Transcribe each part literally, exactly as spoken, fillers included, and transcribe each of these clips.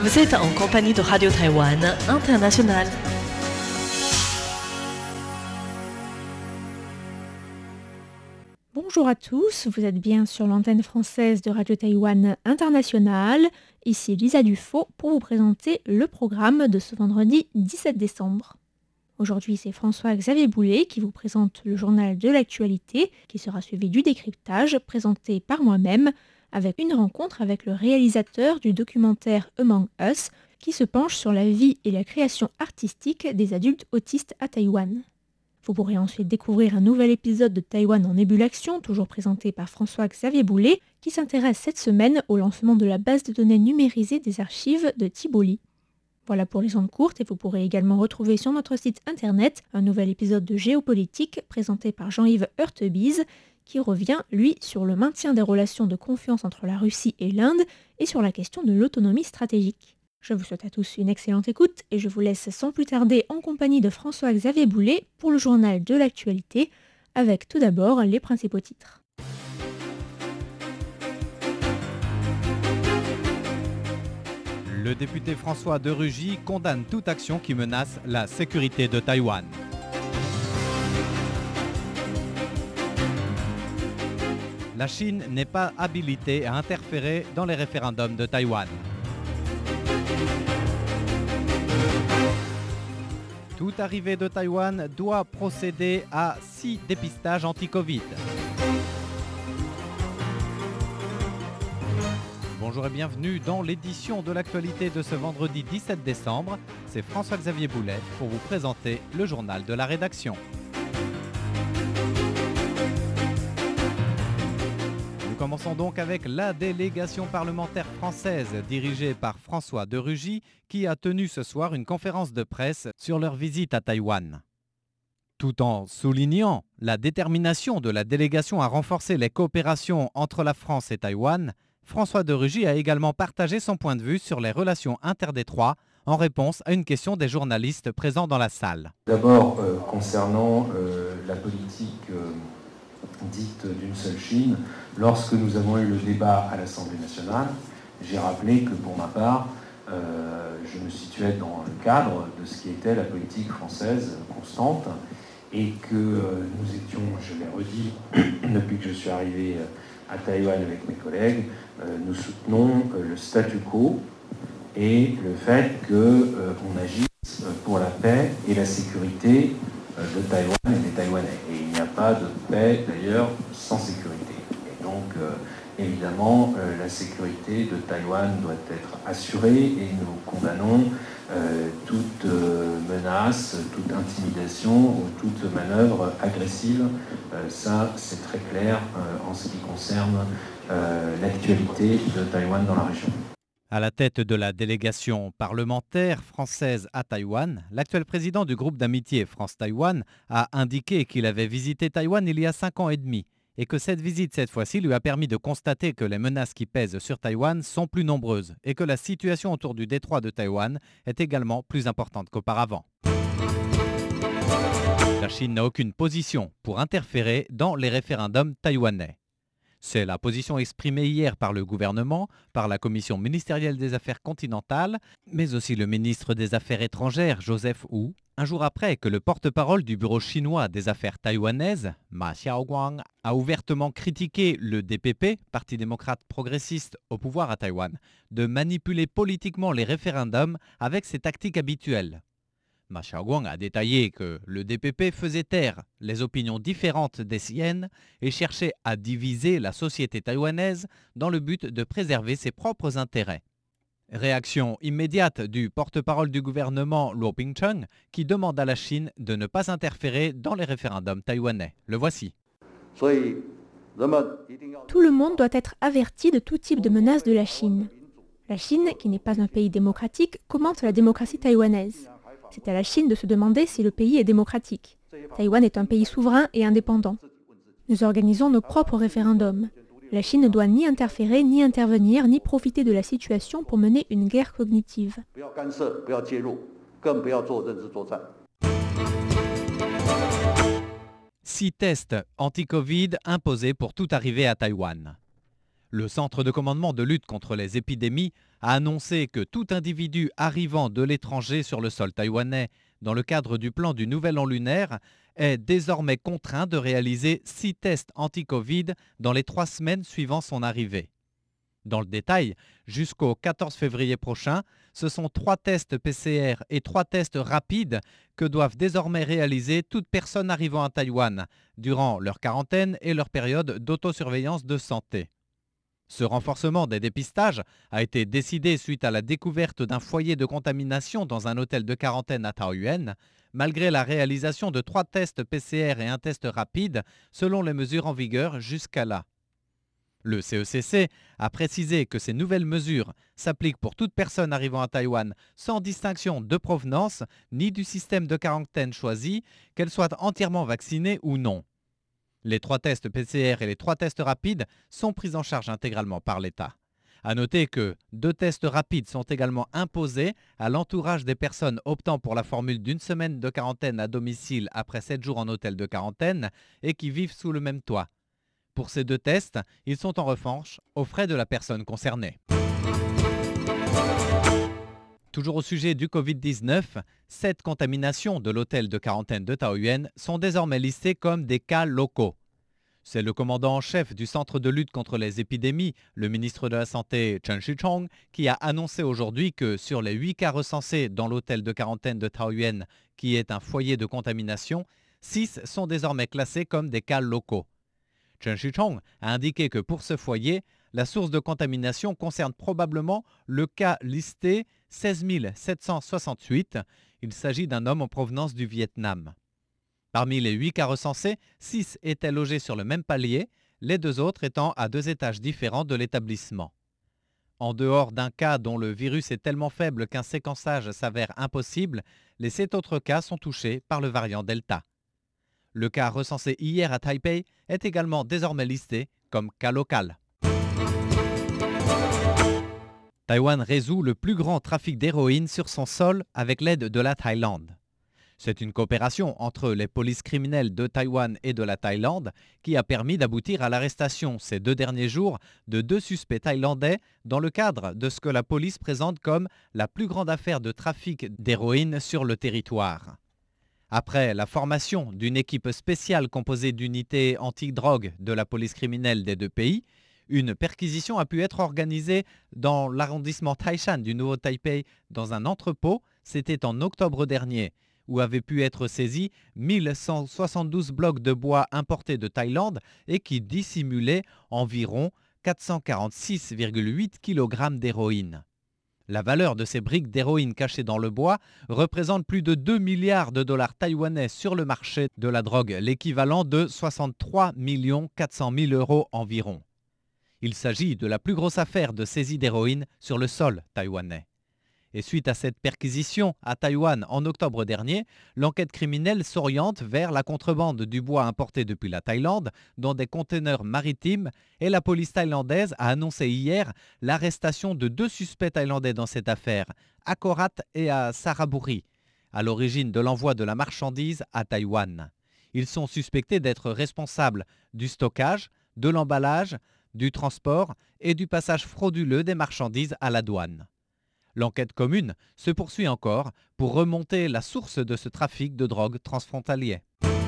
Vous êtes en compagnie de Radio Taïwan International. Bonjour à tous, vous êtes bien sur l'antenne française de Radio Taïwan International. Ici Lisa Dufaux pour vous présenter le programme de ce vendredi dix-sept décembre. Aujourd'hui, c'est François-Xavier Boulet qui vous présente le journal de l'actualité qui sera suivi du décryptage présenté par moi-même avec une rencontre avec le réalisateur du documentaire Among Us qui se penche sur la vie et la création artistique des adultes autistes à Taïwan. Vous pourrez ensuite découvrir un nouvel épisode de Taïwan en ébullition, toujours présenté par François-Xavier Boulet, qui s'intéresse cette semaine au lancement de la base de données numérisée des archives de Tiboli. Voilà pour les ondes courtes et vous pourrez également retrouver sur notre site internet un nouvel épisode de Géopolitique présenté par Jean-Yves Heurtebise qui revient, lui, sur le maintien des relations de confiance entre la Russie et l'Inde et sur la question de l'autonomie stratégique. Je vous souhaite à tous une excellente écoute et je vous laisse sans plus tarder en compagnie de François-Xavier Boulet pour le journal de l'actualité avec tout d'abord les principaux titres. Le député François de Rugy condamne toute action qui menace la sécurité de Taïwan. La Chine n'est pas habilitée à interférer dans les référendums de Taïwan. Tout arrivé de Taïwan doit procéder à six dépistages anti-Covid. Bonjour et bienvenue dans l'édition de l'actualité de ce vendredi dix-sept décembre. C'est François-Xavier Boulet pour vous présenter le journal de la rédaction. Nous commençons donc avec la délégation parlementaire française dirigée par François de Rugy qui a tenu ce soir une conférence de presse sur leur visite à Taïwan. Tout en soulignant la détermination de la délégation à renforcer les coopérations entre la France et Taïwan, François de Rugy a également partagé son point de vue sur les relations interdétroits en réponse à une question des journalistes présents dans la salle. D'abord, euh, concernant euh, la politique euh, dite d'une seule Chine, lorsque nous avons eu le débat à l'Assemblée nationale, j'ai rappelé que pour ma part, euh, je me situais dans le cadre de ce qui était la politique française constante et que euh, nous étions, je l'ai redit depuis que je suis arrivé à Taïwan avec mes collègues, euh, nous soutenons euh, le statu quo et le fait qu'on euh, agisse pour la paix et la sécurité de Taïwan et des Taïwanais. Et il n'y a pas de paix, d'ailleurs, sans sécurité. Et donc, euh, évidemment, euh, la sécurité de Taïwan doit être assurée et nous condamnons euh, toute euh, menace, toute intimidation ou toute manœuvre agressive. Euh, ça, c'est très clair euh, en ce qui concerne euh, l'actualité de Taïwan dans la région. À la tête de la délégation parlementaire française à Taïwan, l'actuel président du groupe d'amitié France-Taïwan a indiqué qu'il avait visité Taïwan il y a cinq ans et demi et que cette visite cette fois-ci lui a permis de constater que les menaces qui pèsent sur Taïwan sont plus nombreuses et que la situation autour du détroit de Taïwan est également plus importante qu'auparavant. La Chine n'a aucune position pour interférer dans les référendums taïwanais. C'est la position exprimée hier par le gouvernement, par la commission ministérielle des Affaires continentales, mais aussi le ministre des Affaires étrangères, Joseph Wu, un jour après que le porte-parole du bureau chinois des affaires taïwanaises, Ma Xiaoguang, a ouvertement critiqué le D P P, Parti démocrate progressiste au pouvoir à Taïwan, de manipuler politiquement les référendums avec ses tactiques habituelles. Ma Xiaoguang a détaillé que le D P P faisait taire les opinions différentes des siennes et cherchait à diviser la société taïwanaise dans le but de préserver ses propres intérêts. Réaction immédiate du porte-parole du gouvernement Luo Pingcheng qui demande à la Chine de ne pas interférer dans les référendums taïwanais. Le voici. Tout le monde doit être averti de tout type de menaces de la Chine. La Chine, qui n'est pas un pays démocratique, commente la démocratie taïwanaise. C'est à la Chine de se demander si le pays est démocratique. Taïwan est un pays souverain et indépendant. Nous organisons nos propres référendums. La Chine ne doit ni interférer, ni intervenir, ni profiter de la situation pour mener une guerre cognitive. Six tests anti-Covid imposés pour tout arriver à Taïwan. Le Centre de commandement de lutte contre les épidémies a annoncé que tout individu arrivant de l'étranger sur le sol taïwanais dans le cadre du plan du Nouvel An lunaire est désormais contraint de réaliser six tests anti-Covid dans les trois semaines suivant son arrivée. Dans le détail, jusqu'au quatorze février prochain, ce sont trois tests P C R et trois tests rapides que doivent désormais réaliser toute personne arrivant à Taïwan durant leur quarantaine et leur période d'autosurveillance de santé. Ce renforcement des dépistages a été décidé suite à la découverte d'un foyer de contamination dans un hôtel de quarantaine à Taoyuan, malgré la réalisation de trois tests P C R et un test rapide selon les mesures en vigueur jusqu'à là. Le C E C C a précisé que ces nouvelles mesures s'appliquent pour toute personne arrivant à Taïwan sans distinction de provenance ni du système de quarantaine choisi, qu'elle soit entièrement vaccinée ou non. Les trois tests P C R et les trois tests rapides sont pris en charge intégralement par l'État. À noter que deux tests rapides sont également imposés à l'entourage des personnes optant pour la formule d'une semaine de quarantaine à domicile après sept jours en hôtel de quarantaine et qui vivent sous le même toit. Pour ces deux tests, ils sont en revanche aux frais de la personne concernée. Toujours au sujet du Covid dix-neuf, sept contaminations de l'hôtel de quarantaine de Taoyuan sont désormais listées comme des cas locaux. C'est le commandant en chef du Centre de lutte contre les épidémies, le ministre de la Santé Chen Shih-chung, qui a annoncé aujourd'hui que sur les huit cas recensés dans l'hôtel de quarantaine de Taoyuan, qui est un foyer de contamination, six sont désormais classés comme des cas locaux. Chen Shih-chung a indiqué que pour ce foyer, la source de contamination concerne probablement le cas listé seize mille sept cent soixante-huit. Il s'agit d'un homme en provenance du Vietnam. Parmi les huit cas recensés, six étaient logés sur le même palier, les deux autres étant à deux étages différents de l'établissement. En dehors d'un cas dont le virus est tellement faible qu'un séquençage s'avère impossible, les sept autres cas sont touchés par le variant Delta. Le cas recensé hier à Taipei est également désormais listé comme cas local. Taïwan résout le plus grand trafic d'héroïne sur son sol avec l'aide de la Thaïlande. C'est une coopération entre les polices criminelles de Taïwan et de la Thaïlande qui a permis d'aboutir à l'arrestation ces deux derniers jours de deux suspects thaïlandais dans le cadre de ce que la police présente comme la plus grande affaire de trafic d'héroïne sur le territoire. Après la formation d'une équipe spéciale composée d'unités anti-drogue de la police criminelle des deux pays, une perquisition a pu être organisée dans l'arrondissement Taishan du Nouveau-Taipei dans un entrepôt, c'était en octobre dernier, où avaient pu être saisis mille cent soixante-douze blocs de bois importés de Thaïlande et qui dissimulaient environ quatre cent quarante-six virgule huit kilogrammes d'héroïne. La valeur de ces briques d'héroïne cachées dans le bois représente plus de deux milliards de dollars taïwanais sur le marché de la drogue, l'équivalent de soixante-trois millions quatre cent mille euros environ. Il s'agit de la plus grosse affaire de saisie d'héroïne sur le sol taïwanais. Et suite à cette perquisition à Taïwan en octobre dernier, l'enquête criminelle s'oriente vers la contrebande du bois importé depuis la Thaïlande dans des conteneurs maritimes et la police thaïlandaise a annoncé hier l'arrestation de deux suspects thaïlandais dans cette affaire, à Korat et à Saraburi, à l'origine de l'envoi de la marchandise à Taïwan. Ils sont suspectés d'être responsables du stockage, de l'emballage, du transport et du passage frauduleux des marchandises à la douane. L'enquête commune se poursuit encore pour remonter la source de ce trafic de drogue transfrontalier.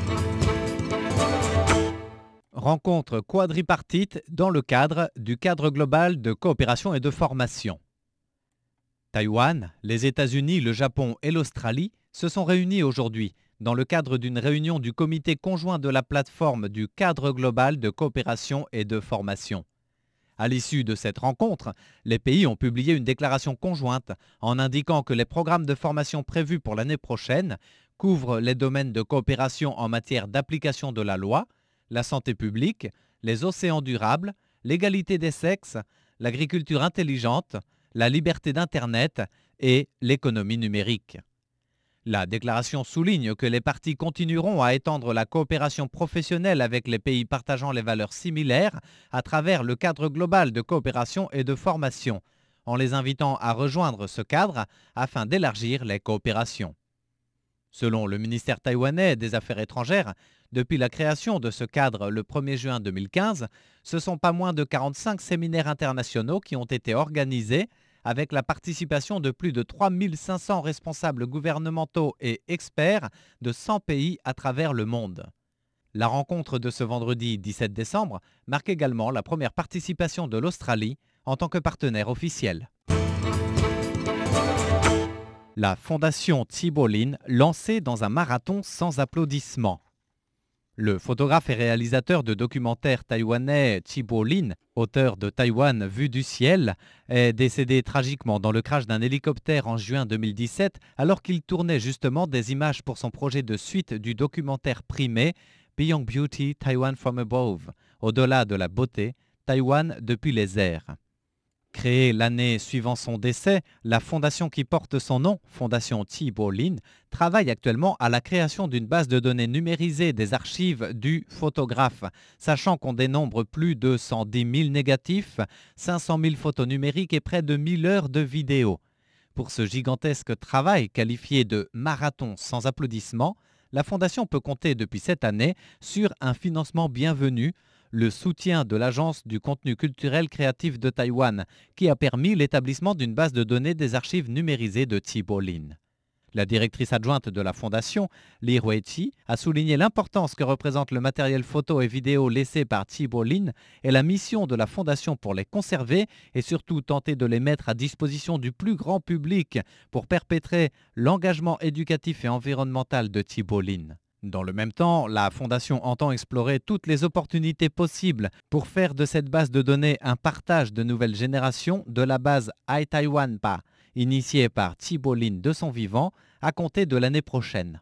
Rencontre quadripartite dans le cadre du cadre global de coopération et de formation. Taïwan, les États-Unis, le Japon et l'Australie se sont réunis aujourd'hui dans le cadre d'une réunion du comité conjoint de la plateforme du cadre global de coopération et de formation. À l'issue de cette rencontre, les pays ont publié une déclaration conjointe en indiquant que les programmes de formation prévus pour l'année prochaine couvrent les domaines de coopération en matière d'application de la loi, la santé publique, les océans durables, l'égalité des sexes, l'agriculture intelligente, la liberté d'Internet et l'économie numérique. La déclaration souligne que les parties continueront à étendre la coopération professionnelle avec les pays partageant les valeurs similaires à travers le cadre global de coopération et de formation, en les invitant à rejoindre ce cadre afin d'élargir les coopérations. Selon le ministère taïwanais des Affaires étrangères, depuis la création de ce cadre le premier juin deux mille quinze, ce sont pas moins de quarante-cinq séminaires internationaux qui ont été organisés avec la participation de plus de trois mille cinq cents responsables gouvernementaux et experts de cent pays à travers le monde. La rencontre de ce vendredi dix-sept décembre marque également la première participation de l'Australie en tant que partenaire officiel. La fondation Thibault Lin lancée dans un marathon sans applaudissements. Le photographe et réalisateur de documentaires taïwanais Thibault Lin, auteur de Taïwan vue du ciel, est décédé tragiquement dans le crash d'un hélicoptère en juin deux mille dix-sept alors qu'il tournait justement des images pour son projet de suite du documentaire primé Beyond Beauty, Taiwan from Above, au-delà de la beauté, Taïwan depuis les airs. Créée l'année suivant son décès, la fondation qui porte son nom, Fondation Thibault Lin, travaille actuellement à la création d'une base de données numérisée des archives du photographe, sachant qu'on dénombre plus de cent dix mille négatifs, cinq cent mille photos numériques et près de mille heures de vidéos. Pour ce gigantesque travail qualifié de marathon sans applaudissements, la Fondation peut compter depuis cette année sur un financement bienvenu, le soutien de l'Agence du contenu culturel créatif de Taïwan, qui a permis l'établissement d'une base de données des archives numérisées de Thibault Lin. La directrice adjointe de la Fondation, Li Huiqi, a souligné l'importance que représente le matériel photo et vidéo laissé par Thibault Lin et la mission de la Fondation pour les conserver et surtout tenter de les mettre à disposition du plus grand public pour perpétrer l'engagement éducatif et environnemental de Thibault Lin. Dans le même temps, la Fondation entend explorer toutes les opportunités possibles pour faire de cette base de données un partage de nouvelle génération de la base iTaiwanpa, initiée par Thibault Lin de son vivant, à compter de l'année prochaine.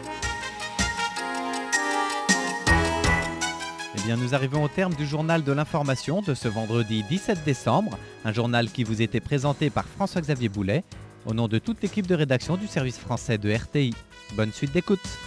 Eh bien, nous arrivons au terme du journal de l'information de ce vendredi dix-sept décembre, un journal qui vous était présenté par François-Xavier Boulet, au nom de toute l'équipe de rédaction du service français de R T I. Bonne suite d'écoute.